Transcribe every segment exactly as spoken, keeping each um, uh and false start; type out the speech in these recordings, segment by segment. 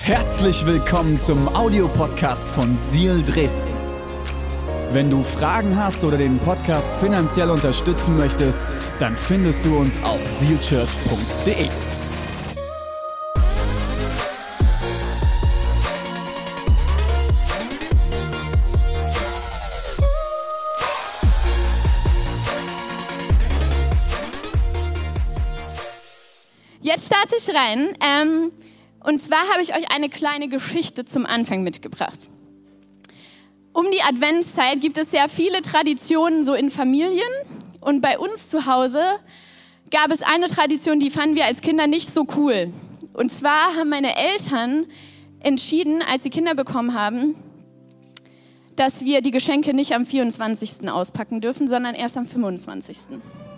Herzlich willkommen zum Audiopodcast von Seal Dresden. Wenn du Fragen hast oder den Podcast finanziell unterstützen möchtest, dann findest du uns auf seal church punkt de. Jetzt starte ich rein. Ähm, und zwar habe ich euch eine kleine Geschichte zum Anfang mitgebracht. Um die Adventszeit gibt es sehr viele Traditionen so in Familien. Und bei uns zu Hause gab es eine Tradition, die fanden wir als Kinder nicht so cool. Und zwar haben meine Eltern entschieden, als sie Kinder bekommen haben, dass wir die Geschenke nicht am vierundzwanzigsten auspacken dürfen, sondern erst am fünfundzwanzigsten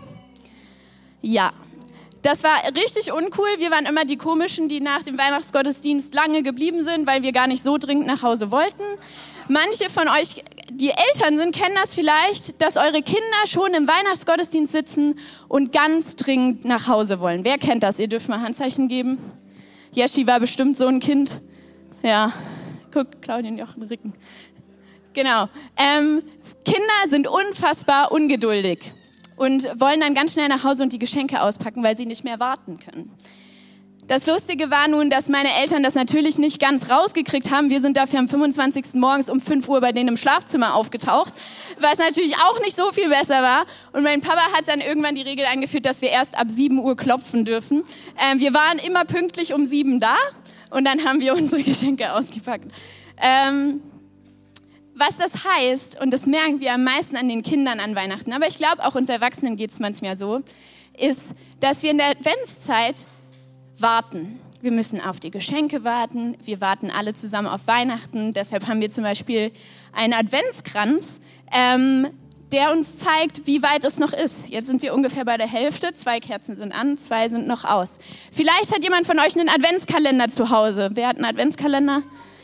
Ja. Das war richtig uncool. Wir waren immer die Komischen, die nach dem Weihnachtsgottesdienst lange geblieben sind, weil wir gar nicht so dringend nach Hause wollten. Manche von euch, die Eltern sind, kennen das vielleicht, dass eure Kinder schon im Weihnachtsgottesdienst sitzen und ganz dringend nach Hause wollen. Wer kennt das? Ihr dürft mal Handzeichen geben. Jeschi war bestimmt so ein Kind. Ja, guck, Claudien Jochen Ricken. Genau. Ähm, Kinder sind unfassbar ungeduldig und wollen dann ganz schnell nach Hause und die Geschenke auspacken, weil sie nicht mehr warten können. Das Lustige war nun, dass meine Eltern das natürlich nicht ganz rausgekriegt haben. Wir sind dafür am fünfundzwanzigsten morgens um fünf Uhr bei denen im Schlafzimmer aufgetaucht, was natürlich auch nicht so viel besser war. Und mein Papa hat dann irgendwann die Regel eingeführt, dass wir erst ab sieben Uhr klopfen dürfen. Ähm, wir waren immer pünktlich um sieben da und dann haben wir unsere Geschenke ausgepackt. Ähm, Was das heißt, und das merken wir am meisten an den Kindern an Weihnachten, aber ich glaube, auch uns Erwachsenen geht es manchmal so, ist, dass wir in der Adventszeit warten. Wir müssen auf die Geschenke warten, wir warten alle zusammen auf Weihnachten. Deshalb haben wir zum Beispiel einen Adventskranz, ähm, der uns zeigt, wie weit es noch ist. Jetzt sind wir ungefähr bei der Hälfte, zwei Kerzen sind an, zwei sind noch aus. Vielleicht hat jemand von euch einen Adventskalender zu Hause. Wer hat einen Adventskalender?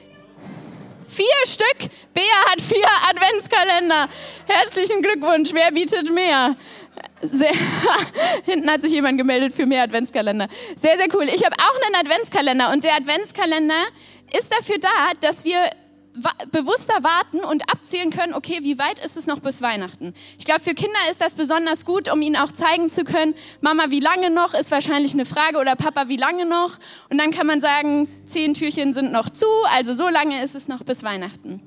Vier Stück. Bea hat vier Adventskalender. Herzlichen Glückwunsch. Wer bietet mehr? Sehr, hinten hat sich jemand gemeldet für mehr Adventskalender. Sehr, sehr cool. Ich habe auch einen Adventskalender und der Adventskalender ist dafür da, dass wir wa- bewusster warten und abzählen können, okay, wie weit ist es noch bis Weihnachten? Ich glaube, für Kinder ist das besonders gut, um ihnen auch zeigen zu können, Mama, wie lange noch, ist wahrscheinlich eine Frage, oder Papa, wie lange noch? Und dann kann man sagen, zehn Türchen sind noch zu, also so lange ist es noch bis Weihnachten.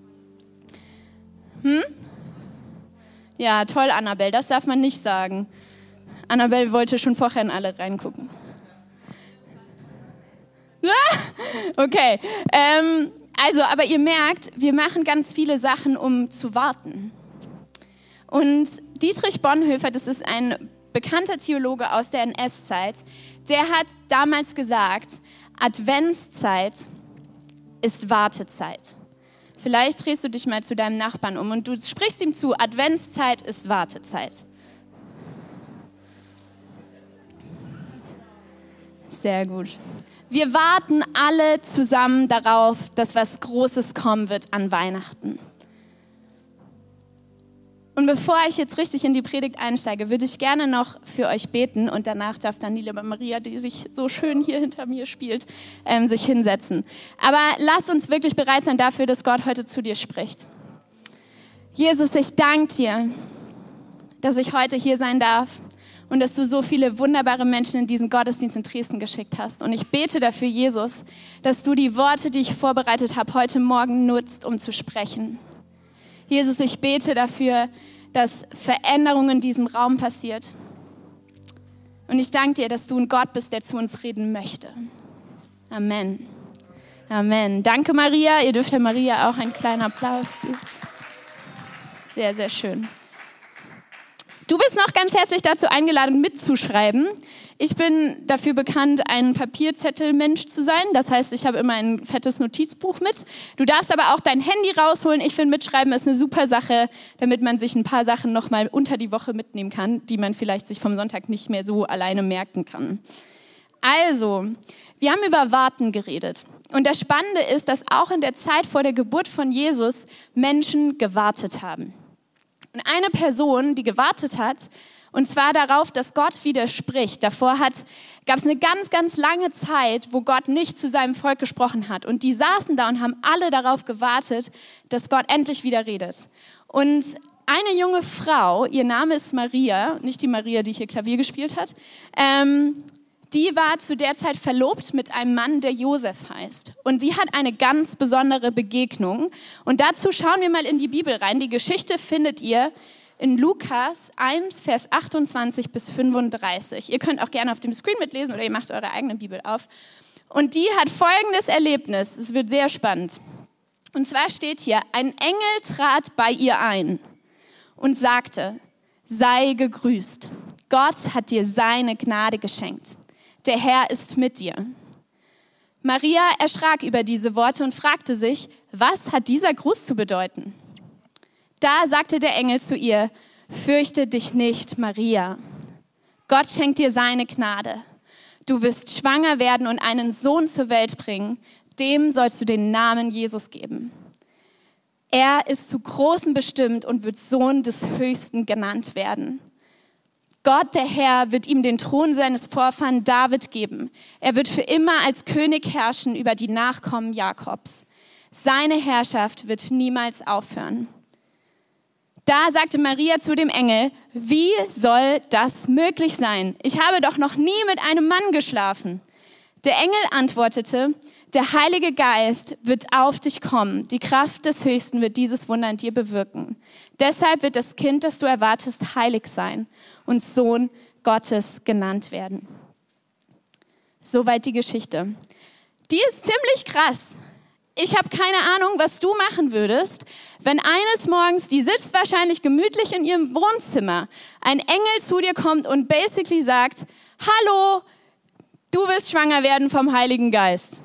Hm? Ja, toll, Annabelle, das darf man nicht sagen. Annabelle wollte schon vorher in alle reingucken. Okay, ähm, also, aber ihr merkt, wir machen ganz viele Sachen, um zu warten. Und Dietrich Bonhoeffer, das ist ein bekannter Theologe aus der N S-Zeit, der hat damals gesagt, Adventszeit ist Wartezeit. Vielleicht drehst du dich mal zu deinem Nachbarn um und du sprichst ihm zu, Adventszeit ist Wartezeit. Sehr gut. Wir warten alle zusammen darauf, dass was Großes kommen wird an Weihnachten. Und bevor ich jetzt richtig in die Predigt einsteige, würde ich gerne noch für euch beten und danach darf dann die liebe Maria, die sich so schön hier hinter mir spielt, ähm, sich hinsetzen. Aber lasst uns wirklich bereit sein dafür, dass Gott heute zu dir spricht. Jesus, ich danke dir, dass ich heute hier sein darf und dass du so viele wunderbare Menschen in diesen Gottesdienst in Dresden geschickt hast. Und ich bete dafür, Jesus, dass du die Worte, die ich vorbereitet habe, heute Morgen nutzt, um zu sprechen. Jesus, ich bete dafür, dass Veränderung in diesem Raum passiert. Und ich danke dir, dass du ein Gott bist, der zu uns reden möchte. Amen. Amen. Danke, Maria. Ihr dürft der Maria auch einen kleinen Applaus geben. Sehr, sehr schön. Du bist noch ganz herzlich dazu eingeladen, mitzuschreiben. Ich bin dafür bekannt, ein Papierzettelmensch zu sein. Das heißt, ich habe immer ein fettes Notizbuch mit. Du darfst aber auch dein Handy rausholen. Ich finde, mitschreiben ist eine super Sache, damit man sich ein paar Sachen noch mal unter die Woche mitnehmen kann, die man vielleicht sich vom Sonntag nicht mehr so alleine merken kann. Also, wir haben über Warten geredet. Und das Spannende ist, dass auch in der Zeit vor der Geburt von Jesus Menschen gewartet haben. Und eine Person, die gewartet hat Und zwar darauf, dass Gott widerspricht. Davor gab es eine ganz, ganz lange Zeit, wo Gott nicht zu seinem Volk gesprochen hat. Und die saßen da und haben alle darauf gewartet, dass Gott endlich wieder redet. Und eine junge Frau, ihr Name ist Maria, nicht die Maria, die hier Klavier gespielt hat, ähm, die war zu der Zeit verlobt mit einem Mann, der Josef heißt. Und sie hat eine ganz besondere Begegnung. Und dazu schauen wir mal in die Bibel rein. Die Geschichte findet ihr in Lukas eins, Vers achtundzwanzig bis fünfunddreißig. Ihr könnt auch gerne auf dem Screen mitlesen oder ihr macht eure eigene Bibel auf. Und die hat folgendes Erlebnis. Es wird sehr spannend. Und zwar steht hier, ein Engel trat bei ihr ein und sagte, sei gegrüßt. Gott hat dir seine Gnade geschenkt. Der Herr ist mit dir. Maria erschrak über diese Worte und fragte sich, was hat dieser Gruß zu bedeuten? Da sagte der Engel zu ihr, fürchte dich nicht, Maria. Gott schenkt dir seine Gnade. Du wirst schwanger werden und einen Sohn zur Welt bringen. Dem sollst du den Namen Jesus geben. Er ist zu Großem bestimmt und wird Sohn des Höchsten genannt werden. Gott, der Herr, wird ihm den Thron seines Vorfahren David geben. Er wird für immer als König herrschen über die Nachkommen Jakobs. Seine Herrschaft wird niemals aufhören. Da sagte Maria zu dem Engel, wie soll das möglich sein? Ich habe doch noch nie mit einem Mann geschlafen. Der Engel antwortete, der Heilige Geist wird auf dich kommen. Die Kraft des Höchsten wird dieses Wunder in dir bewirken. Deshalb wird das Kind, das du erwartest, heilig sein und Sohn Gottes genannt werden. Soweit die Geschichte. Die ist ziemlich krass. Ich habe keine Ahnung, was du machen würdest, wenn eines Morgens, die sitzt wahrscheinlich gemütlich in ihrem Wohnzimmer, ein Engel zu dir kommt und basically sagt, hallo, du wirst schwanger werden vom Heiligen Geist.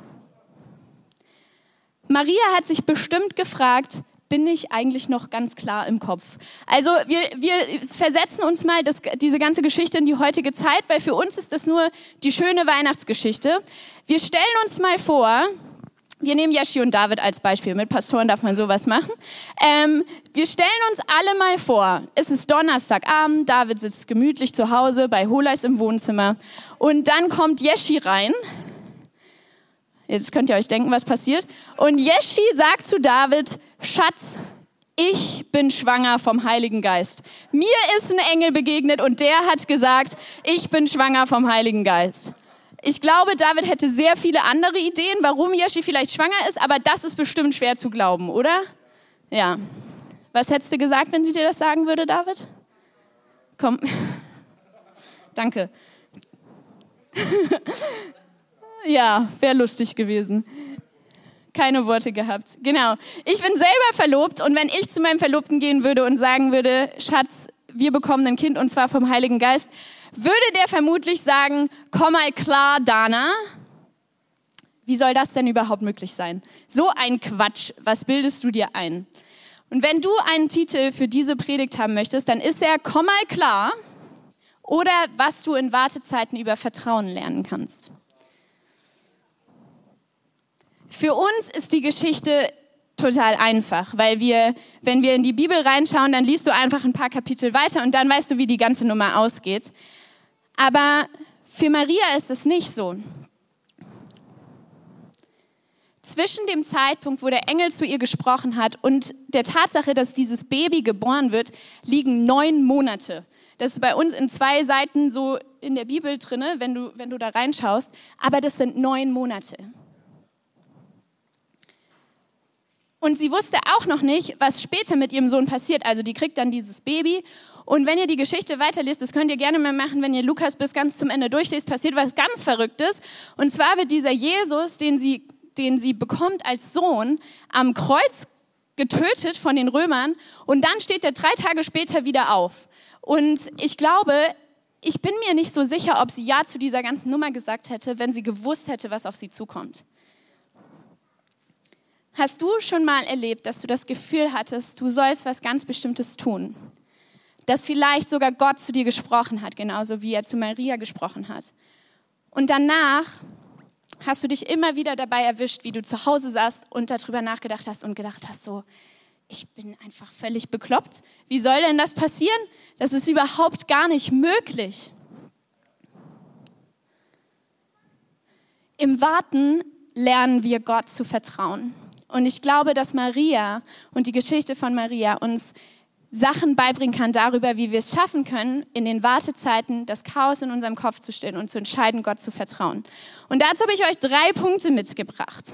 Maria hat sich bestimmt gefragt, bin ich eigentlich noch ganz klar im Kopf? Also wir, wir versetzen uns mal das, diese ganze Geschichte in die heutige Zeit, weil für uns ist das nur die schöne Weihnachtsgeschichte. Wir stellen uns mal vor, wir nehmen Jeschi und David als Beispiel, mit Pastoren darf man sowas machen. Ähm, wir stellen uns alle mal vor, es ist Donnerstagabend, David sitzt gemütlich zu Hause bei Holeis im Wohnzimmer und dann kommt Jeschi rein. Jetzt könnt ihr euch denken, was passiert. Und Jeschi sagt zu David, Schatz, ich bin schwanger vom Heiligen Geist. Mir ist ein Engel begegnet und der hat gesagt, ich bin schwanger vom Heiligen Geist. Ich glaube, David hätte sehr viele andere Ideen, warum Jeschi vielleicht schwanger ist, aber das ist bestimmt schwer zu glauben, oder? Ja. Was hättest du gesagt, wenn sie dir das sagen würde, David? Komm. Danke. Ja, wäre lustig gewesen. Keine Worte gehabt. Genau. Ich bin selber verlobt und wenn ich zu meinem Verlobten gehen würde und sagen würde, Schatz, wir bekommen ein Kind und zwar vom Heiligen Geist, würde der vermutlich sagen, komm mal klar, Dana. Wie soll das denn überhaupt möglich sein? So ein Quatsch. Was bildest du dir ein? Und wenn du einen Titel für diese Predigt haben möchtest, dann ist er, komm mal klar oder was du in Wartezeiten über Vertrauen lernen kannst. Für uns ist die Geschichte total einfach, weil wir, wenn wir in die Bibel reinschauen, dann liest du einfach ein paar Kapitel weiter und dann weißt du, wie die ganze Nummer ausgeht. Aber für Maria ist es nicht so. Zwischen dem Zeitpunkt, wo der Engel zu ihr gesprochen hat und der Tatsache, dass dieses Baby geboren wird, liegen neun Monate. Das ist bei uns in zwei Seiten so in der Bibel drin, wenn du, wenn du da reinschaust, aber das sind neun Monate. Und sie wusste auch noch nicht, was später mit ihrem Sohn passiert. Also die kriegt dann dieses Baby. Und wenn ihr die Geschichte weiterliest, das könnt ihr gerne mal machen, wenn ihr Lukas bis ganz zum Ende durchlest, passiert was ganz Verrücktes. Und zwar wird dieser Jesus, den sie, den sie bekommt als Sohn, am Kreuz getötet von den Römern. Und dann steht er drei Tage später wieder auf. Und ich glaube, ich bin mir nicht so sicher, ob sie Ja zu dieser ganzen Nummer gesagt hätte, wenn sie gewusst hätte, was auf sie zukommt. Hast du schon mal erlebt, dass du das Gefühl hattest, du sollst was ganz Bestimmtes tun? Dass vielleicht sogar Gott zu dir gesprochen hat, genauso wie er zu Maria gesprochen hat. Und danach hast du dich immer wieder dabei erwischt, wie du zu Hause saßt und darüber nachgedacht hast und gedacht hast so, ich bin einfach völlig bekloppt. Wie soll denn das passieren? Das ist überhaupt gar nicht möglich. Im Warten lernen wir Gott zu vertrauen. Und ich glaube, dass Maria und die Geschichte von Maria uns Sachen beibringen kann darüber, wie wir es schaffen können, in den Wartezeiten das Chaos in unserem Kopf zu stillen und zu entscheiden, Gott zu vertrauen. Und dazu habe ich euch drei Punkte mitgebracht.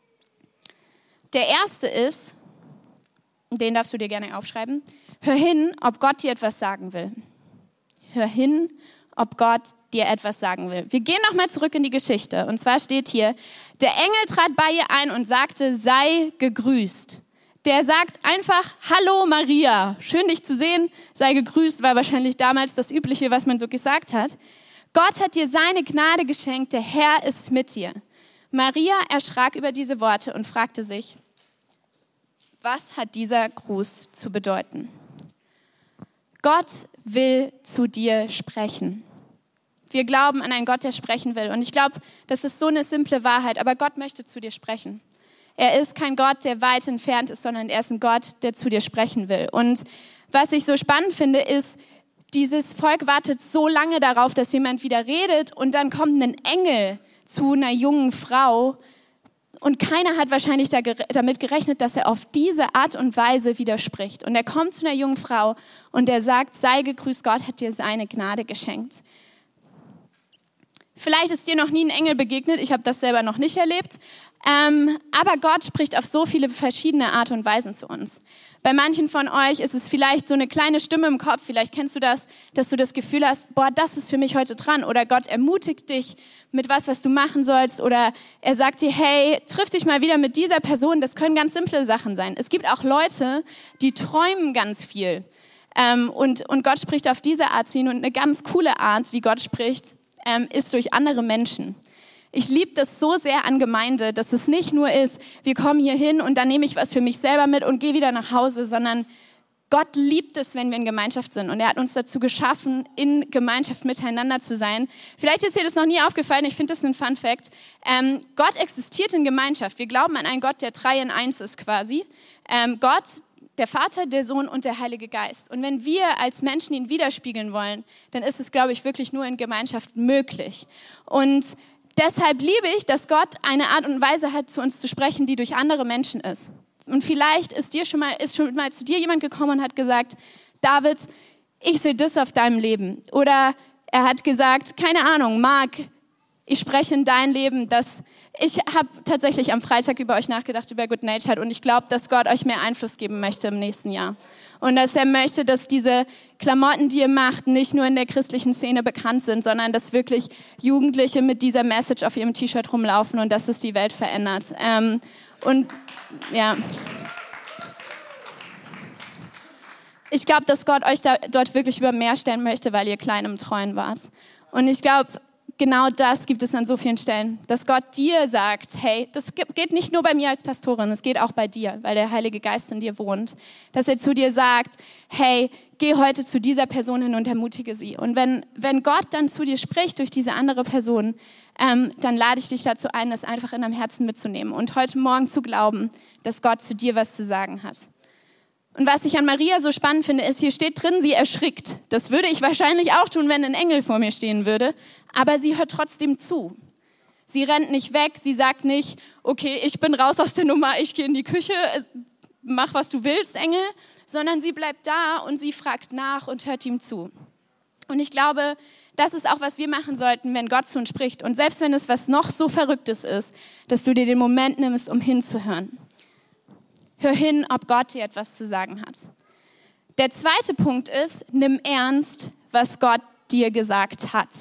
Der erste ist, den darfst du dir gerne aufschreiben, hör hin, ob Gott dir etwas sagen will. Hör hin, ob Gott dir etwas sagen will. Wir gehen nochmal zurück in die Geschichte. Und zwar steht hier, der Engel trat bei ihr ein und sagte, sei gegrüßt. Der sagt einfach, hallo Maria, schön dich zu sehen, sei gegrüßt, war wahrscheinlich damals das Übliche, was man so gesagt hat. Gott hat dir seine Gnade geschenkt, der Herr ist mit dir. Maria erschrak über diese Worte und fragte sich, was hat dieser Gruß zu bedeuten? Gott will zu dir sprechen. Wir glauben an einen Gott, der sprechen will. Und ich glaube, das ist so eine simple Wahrheit, aber Gott möchte zu dir sprechen. Er ist kein Gott, der weit entfernt ist, sondern er ist ein Gott, der zu dir sprechen will. Und was ich so spannend finde, ist, dieses Volk wartet so lange darauf, dass jemand wieder redet und dann kommt ein Engel zu einer jungen Frau und keiner hat wahrscheinlich damit gerechnet, dass er auf diese Art und Weise widerspricht. Und er kommt zu einer jungen Frau und er sagt, sei gegrüßt, Gott hat dir seine Gnade geschenkt. Vielleicht ist dir noch nie ein Engel begegnet, ich habe das selber noch nicht erlebt, ähm, aber Gott spricht auf so viele verschiedene Art und Weisen zu uns. Bei manchen von euch ist es vielleicht so eine kleine Stimme im Kopf, vielleicht kennst du das, dass du das Gefühl hast, boah, das ist für mich heute dran, oder Gott ermutigt dich mit was, was du machen sollst, oder er sagt dir, hey, triff dich mal wieder mit dieser Person, das können ganz simple Sachen sein. Es gibt auch Leute, die träumen ganz viel ähm, und, und Gott spricht auf diese Art zu ihnen und eine ganz coole Art, wie Gott spricht, ähm, ist durch andere Menschen. Ich liebe das so sehr an Gemeinde, dass es nicht nur ist, wir kommen hier hin und dann nehme ich was für mich selber mit und gehe wieder nach Hause, sondern Gott liebt es, wenn wir in Gemeinschaft sind. Und er hat uns dazu geschaffen, in Gemeinschaft miteinander zu sein. Vielleicht ist dir das noch nie aufgefallen, ich finde das ein Fun Fact. Ähm, Gott existiert in Gemeinschaft. Wir glauben an einen Gott, der drei in eins ist quasi. Ähm, Gott, der Vater, der Sohn und der Heilige Geist. Und wenn wir als Menschen ihn widerspiegeln wollen, dann ist es, glaube ich, wirklich nur in Gemeinschaft möglich. Und deshalb liebe ich, dass Gott eine Art und Weise hat, zu uns zu sprechen, die durch andere Menschen ist. Und vielleicht ist dir schon mal, ist schon mal zu dir jemand gekommen und hat gesagt, David, ich sehe das auf deinem Leben. Oder er hat gesagt, keine Ahnung, Marc, ich spreche in dein Leben. Dass ich habe tatsächlich am Freitag über euch nachgedacht, über Good Natured. Und ich glaube, dass Gott euch mehr Einfluss geben möchte im nächsten Jahr. Und dass er möchte, dass diese Klamotten, die ihr macht, nicht nur in der christlichen Szene bekannt sind, sondern dass wirklich Jugendliche mit dieser Message auf ihrem T-Shirt rumlaufen und dass es die Welt verändert. Ähm, und ja, ich glaube, dass Gott euch da, dort wirklich über mehr stellen möchte, weil ihr klein im Treuen wart. Und ich glaube, genau das gibt es an so vielen Stellen, dass Gott dir sagt, hey, das geht nicht nur bei mir als Pastorin, es geht auch bei dir, weil der Heilige Geist in dir wohnt. Dass er zu dir sagt, hey, geh heute zu dieser Person hin und ermutige sie. Und wenn, wenn Gott dann zu dir spricht durch diese andere Person, ähm, dann lade ich dich dazu ein, das einfach in deinem Herzen mitzunehmen und heute Morgen zu glauben, dass Gott zu dir was zu sagen hat. Und was ich an Maria so spannend finde, ist, hier steht drin, sie erschrickt. Das würde ich wahrscheinlich auch tun, wenn ein Engel vor mir stehen würde. Aber sie hört trotzdem zu. Sie rennt nicht weg, sie sagt nicht, okay, ich bin raus aus der Nummer, ich gehe in die Küche, mach was du willst, Engel. Sondern sie bleibt da und sie fragt nach und hört ihm zu. Und ich glaube, das ist auch, was wir machen sollten, wenn Gott zu uns spricht. Und selbst wenn es was noch so Verrücktes ist, dass du dir den Moment nimmst, um hinzuhören. Hör hin, ob Gott dir etwas zu sagen hat. Der zweite Punkt ist, nimm ernst, was Gott dir gesagt hat.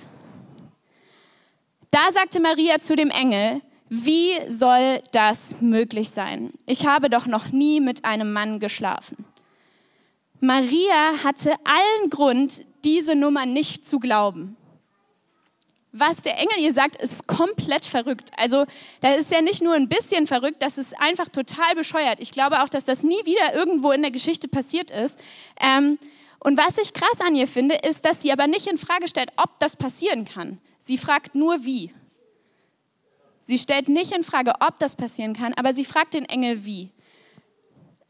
Da sagte Maria zu dem Engel, wie soll das möglich sein? Ich habe doch noch nie mit einem Mann geschlafen. Maria hatte allen Grund, diese Nummer nicht zu glauben. Was der Engel ihr sagt, ist komplett verrückt. Also da ist ja nicht nur ein bisschen verrückt, das ist einfach total bescheuert. Ich glaube auch, dass das nie wieder irgendwo in der Geschichte passiert ist. Ähm, und was ich krass an ihr finde, ist, dass sie aber nicht in Frage stellt, ob das passieren kann. Sie fragt nur, wie. Sie stellt nicht in Frage, ob das passieren kann, aber sie fragt den Engel, wie.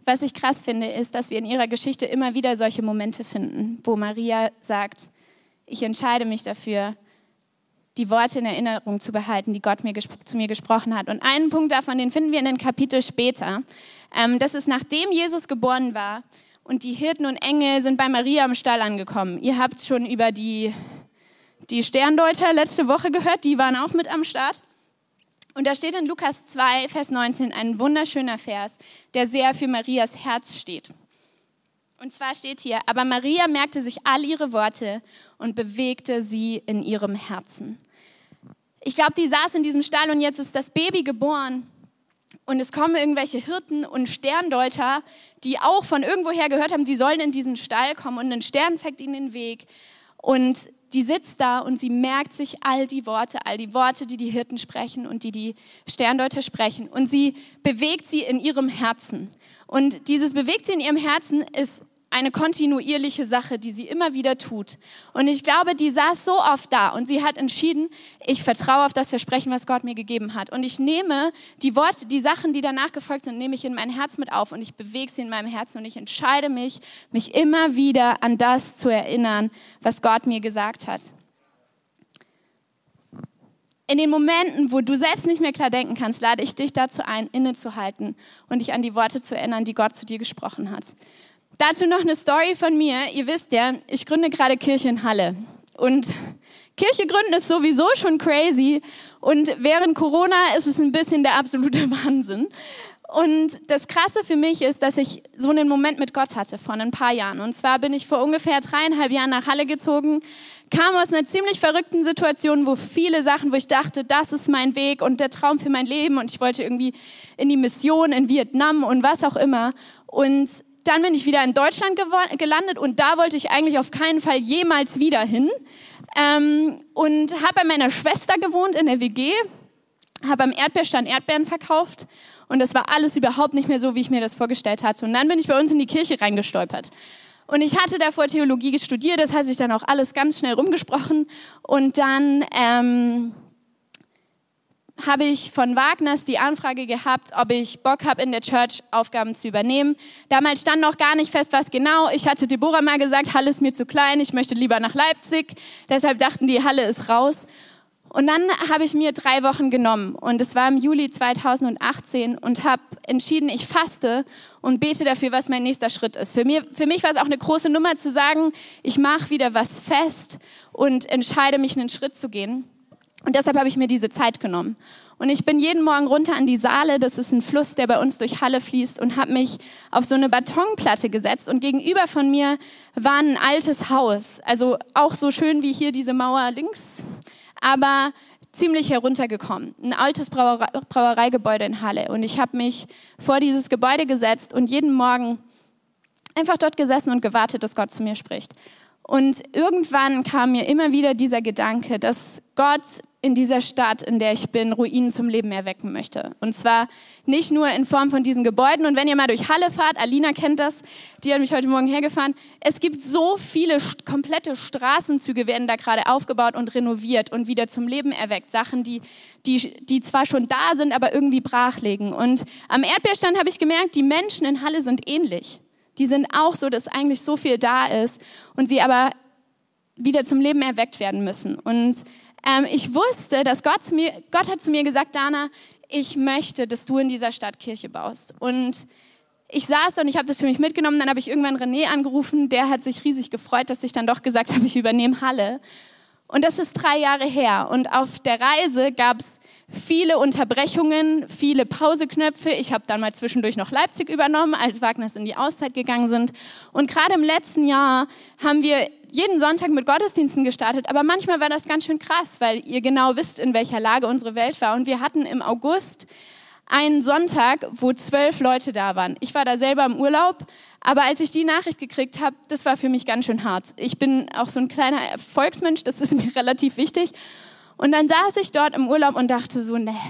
was ich krass finde, ist, dass wir in ihrer Geschichte immer wieder solche Momente finden, wo Maria sagt, ich entscheide mich dafür, die Worte in Erinnerung zu behalten, die Gott mir gespro- zu mir gesprochen hat. Und einen Punkt davon, den finden wir in den Kapitel später. Ähm, das ist, nachdem Jesus geboren war und die Hirten und Engel sind bei Maria im Stall angekommen. Ihr habt schon über die, die Sterndeuter letzte Woche gehört, die waren auch mit am Start. Und da steht in Lukas zwei, Vers neunzehn, ein wunderschöner Vers, der sehr für Marias Herz steht. Und zwar steht hier, aber Maria merkte sich all ihre Worte und bewegte sie in ihrem Herzen. Ich glaube, die saß in diesem Stall und jetzt ist das Baby geboren und es kommen irgendwelche Hirten und Sterndeuter, die auch von irgendwoher gehört haben, die sollen in diesen Stall kommen und ein Stern zeigt ihnen den Weg. Und die sitzt da und sie merkt sich all die Worte, all die Worte, die die Hirten sprechen und die die Sterndeuter sprechen. Und sie bewegt sie in ihrem Herzen. Und dieses bewegt sie in ihrem Herzen ist eine kontinuierliche Sache, die sie immer wieder tut. Und ich glaube, die saß so oft da und sie hat entschieden, ich vertraue auf das Versprechen, was Gott mir gegeben hat. Und ich nehme die Worte, die Sachen, die danach gefolgt sind, nehme ich in mein Herz mit auf und ich bewege sie in meinem Herzen und ich entscheide mich, mich immer wieder an das zu erinnern, was Gott mir gesagt hat. In den Momenten, wo du selbst nicht mehr klar denken kannst, lade ich dich dazu ein, innezuhalten und dich an die Worte zu erinnern, die Gott zu dir gesprochen hat. Dazu noch eine Story von mir. Ihr wisst ja, ich gründe gerade Kirche in Halle. Und Kirche gründen ist sowieso schon crazy. Und während Corona ist es ein bisschen der absolute Wahnsinn. Und das Krasse für mich ist, dass ich so einen Moment mit Gott hatte vor ein paar Jahren. Und zwar bin ich vor ungefähr dreieinhalb Jahren nach Halle gezogen, kam aus einer ziemlich verrückten Situation, wo viele Sachen, wo ich dachte, das ist mein Weg und der Traum für mein Leben. Und ich wollte irgendwie in die Mission in Vietnam und was auch immer. Und dann bin ich wieder in Deutschland gewo- gelandet und da wollte ich eigentlich auf keinen Fall jemals wieder hin. Ähm, und habe bei meiner Schwester gewohnt in der W G, habe am Erdbeerstand Erdbeeren verkauft und das war alles überhaupt nicht mehr so, wie ich mir das vorgestellt hatte. Und dann bin ich bei uns in die Kirche reingestolpert. Und ich hatte davor Theologie studiert, das hat sich dann auch alles ganz schnell rumgesprochen. Und dann ähm, habe ich von Wagners die Anfrage gehabt, ob ich Bock habe, in der Church Aufgaben zu übernehmen. Damals stand noch gar nicht fest, was genau. Ich hatte Deborah mal gesagt, Halle ist mir zu klein, ich möchte lieber nach Leipzig. Deshalb dachten die, Halle ist raus. Und dann habe ich mir drei Wochen genommen und es war im Juli zweitausendachtzehn und habe entschieden, ich faste und bete dafür, was mein nächster Schritt ist. Für mich, für mich war es auch eine große Nummer zu sagen, ich mache wieder was fest und entscheide mich, einen Schritt zu gehen. Und deshalb habe ich mir diese Zeit genommen. Und ich bin jeden Morgen runter an die Saale, das ist ein Fluss, der bei uns durch Halle fließt, und habe mich auf so eine Betonplatte gesetzt. Und gegenüber von mir war ein altes Haus, also auch so schön wie hier diese Mauer links, aber ziemlich heruntergekommen. Ein altes Brauerei, Brauereigebäude in Halle. Und ich habe mich vor dieses Gebäude gesetzt und jeden Morgen einfach dort gesessen und gewartet, dass Gott zu mir spricht. Und irgendwann kam mir immer wieder dieser Gedanke, dass Gott in dieser Stadt, in der ich bin, Ruinen zum Leben erwecken möchte. Und zwar nicht nur in Form von diesen Gebäuden. Und wenn ihr mal durch Halle fahrt, Alina kennt das, die hat mich heute Morgen hergefahren, es gibt so viele st- komplette Straßenzüge, werden da gerade aufgebaut und renoviert und wieder zum Leben erweckt. Sachen, die, die, die zwar schon da sind, aber irgendwie brach liegen. Und am Erdbeerstand habe ich gemerkt, die Menschen in Halle sind ähnlich. Die sind auch so, dass eigentlich so viel da ist und sie aber wieder zum Leben erweckt werden müssen. Und ähm, ich wusste, dass Gott zu mir, Gott hat zu mir gesagt, Dana, ich möchte, dass du in dieser Stadt Kirche baust. Und ich saß da und ich habe das für mich mitgenommen. Dann habe ich irgendwann René angerufen. Der hat sich riesig gefreut, dass ich dann doch gesagt habe, ich übernehme Halle. Und das ist drei Jahre her. Und auf der Reise gab es viele Unterbrechungen, viele Pauseknöpfe. Ich habe dann mal zwischendurch noch Leipzig übernommen, als Wagners in die Auszeit gegangen sind. Und gerade im letzten Jahr haben wir jeden Sonntag mit Gottesdiensten gestartet. Aber manchmal war das ganz schön krass, weil ihr genau wisst, in welcher Lage unsere Welt war. Und wir hatten im August einen Sonntag, wo zwölf Leute da waren. Ich war da selber im Urlaub, aber als ich die Nachricht gekriegt habe, das war für mich ganz schön hart. Ich bin auch so ein kleiner Volksmensch, das ist mir relativ wichtig. Und dann saß ich dort im Urlaub und dachte so, ne,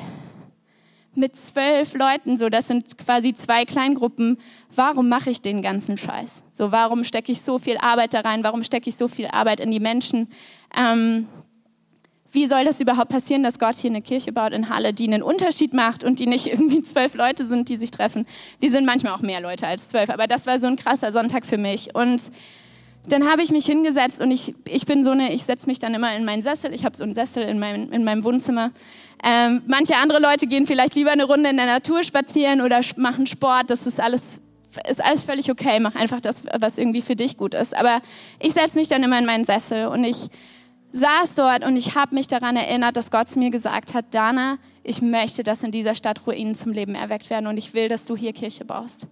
mit zwölf Leuten, so, das sind quasi zwei Kleingruppen, warum mache ich den ganzen Scheiß? So, warum stecke ich so viel Arbeit da rein? Warum stecke ich so viel Arbeit in die Menschen? Ähm, wie soll das überhaupt passieren, dass Gott hier eine Kirche baut in Halle, die einen Unterschied macht und die nicht irgendwie zwölf Leute sind, die sich treffen. Wir sind manchmal auch mehr Leute als zwölf, aber das war so ein krasser Sonntag für mich. Und dann habe ich mich hingesetzt und ich, ich bin so eine, ich setze mich dann immer in meinen Sessel. Ich habe so einen Sessel in meinem, in meinem Wohnzimmer. Ähm, manche andere Leute gehen vielleicht lieber eine Runde in der Natur spazieren oder machen Sport. Das ist alles, ist alles völlig okay. Mach einfach das, was irgendwie für dich gut ist. Aber ich setze mich dann immer in meinen Sessel und ich saß dort und ich habe mich daran erinnert, dass Gott zu mir gesagt hat, Dana, ich möchte, dass in dieser Stadt Ruinen zum Leben erweckt werden und ich will, dass du hier Kirche baust.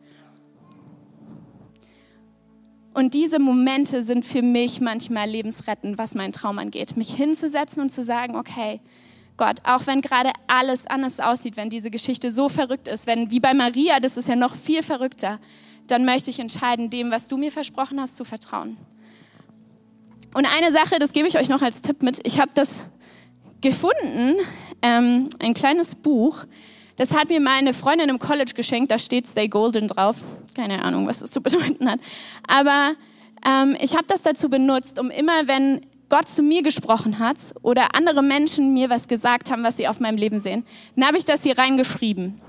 Und diese Momente sind für mich manchmal lebensrettend, was meinen Traum angeht. Mich hinzusetzen und zu sagen, okay, Gott, auch wenn gerade alles anders aussieht, wenn diese Geschichte so verrückt ist, wenn wie bei Maria, das ist ja noch viel verrückter, dann möchte ich entscheiden, dem, was du mir versprochen hast, zu vertrauen. Und eine Sache, das gebe ich euch noch als Tipp mit. Ich habe das gefunden, ähm, ein kleines Buch. Das hat mir meine Freundin im College geschenkt. Da steht Stay Golden drauf. Keine Ahnung, was das zu bedeuten hat. Aber ähm, ich habe das dazu benutzt, um immer, wenn Gott zu mir gesprochen hat oder andere Menschen mir was gesagt haben, was sie auf meinem Leben sehen, dann habe ich das hier reingeschrieben.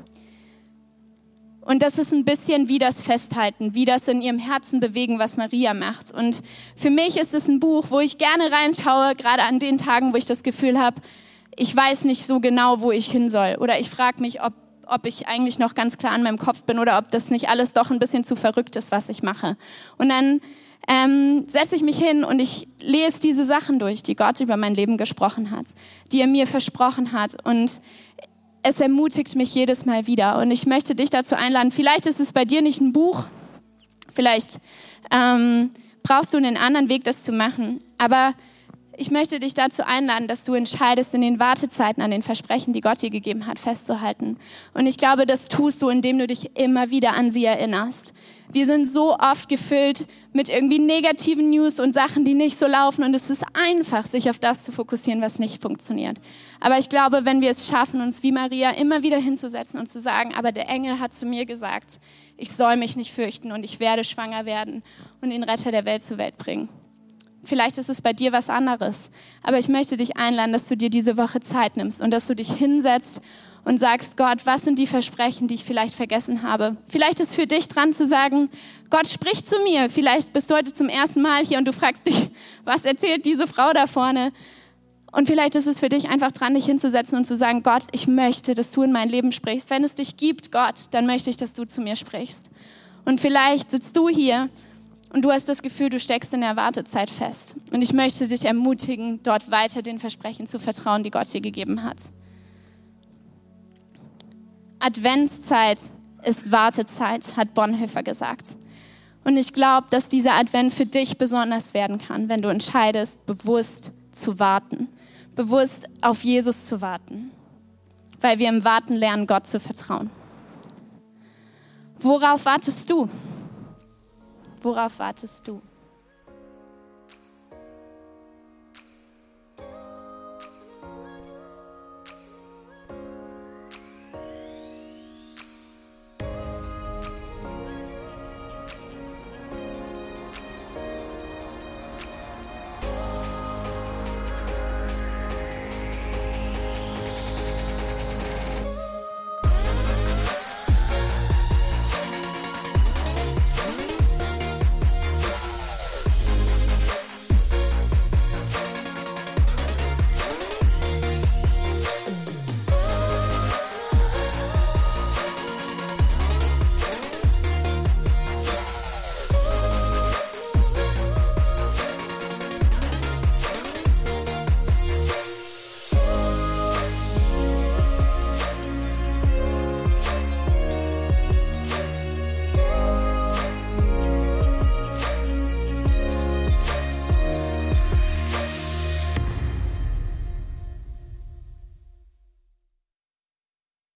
Und das ist ein bisschen wie das Festhalten, wie das in ihrem Herzen bewegen, was Maria macht. Und für mich ist es ein Buch, wo ich gerne reinschaue, gerade an den Tagen, wo ich das Gefühl habe, ich weiß nicht so genau, wo ich hin soll. Oder ich frage mich, ob, ob ich eigentlich noch ganz klar an meinem Kopf bin oder ob das nicht alles doch ein bisschen zu verrückt ist, was ich mache. Und dann ähm, setze ich mich hin und ich lese diese Sachen durch, die Gott über mein Leben gesprochen hat, die er mir versprochen hat. Und es ermutigt mich jedes Mal wieder und ich möchte dich dazu einladen, vielleicht ist es bei dir nicht ein Buch, vielleicht ähm, brauchst du einen anderen Weg, das zu machen, aber ich möchte dich dazu einladen, dass du entscheidest, in den Wartezeiten an den Versprechen, die Gott dir gegeben hat, festzuhalten. Und ich glaube, das tust du, indem du dich immer wieder an sie erinnerst. Wir sind so oft gefüllt mit irgendwie negativen News und Sachen, die nicht so laufen. Und es ist einfach, sich auf das zu fokussieren, was nicht funktioniert. Aber ich glaube, wenn wir es schaffen, uns wie Maria immer wieder hinzusetzen und zu sagen, aber der Engel hat zu mir gesagt, ich soll mich nicht fürchten und ich werde schwanger werden und den Retter der Welt zur Welt bringen. Vielleicht ist es bei dir was anderes, aber ich möchte dich einladen, dass du dir diese Woche Zeit nimmst und dass du dich hinsetzt und sagst, Gott, was sind die Versprechen, die ich vielleicht vergessen habe? Vielleicht ist für dich dran zu sagen, Gott, sprich zu mir. Vielleicht bist du heute zum ersten Mal hier und du fragst dich, was erzählt diese Frau da vorne? Und vielleicht ist es für dich einfach dran, dich hinzusetzen und zu sagen, Gott, ich möchte, dass du in mein Leben sprichst. Wenn es dich gibt, Gott, dann möchte ich, dass du zu mir sprichst. Und vielleicht sitzt du hier und du hast das Gefühl, du steckst in der Wartezeit fest. Und ich möchte dich ermutigen, dort weiter den Versprechen zu vertrauen, die Gott dir gegeben hat. Adventszeit ist Wartezeit, hat Bonhoeffer gesagt. Und ich glaube, dass dieser Advent für dich besonders werden kann, wenn du entscheidest, bewusst zu warten, bewusst auf Jesus zu warten, weil wir im Warten lernen, Gott zu vertrauen. Worauf wartest du? Worauf wartest du?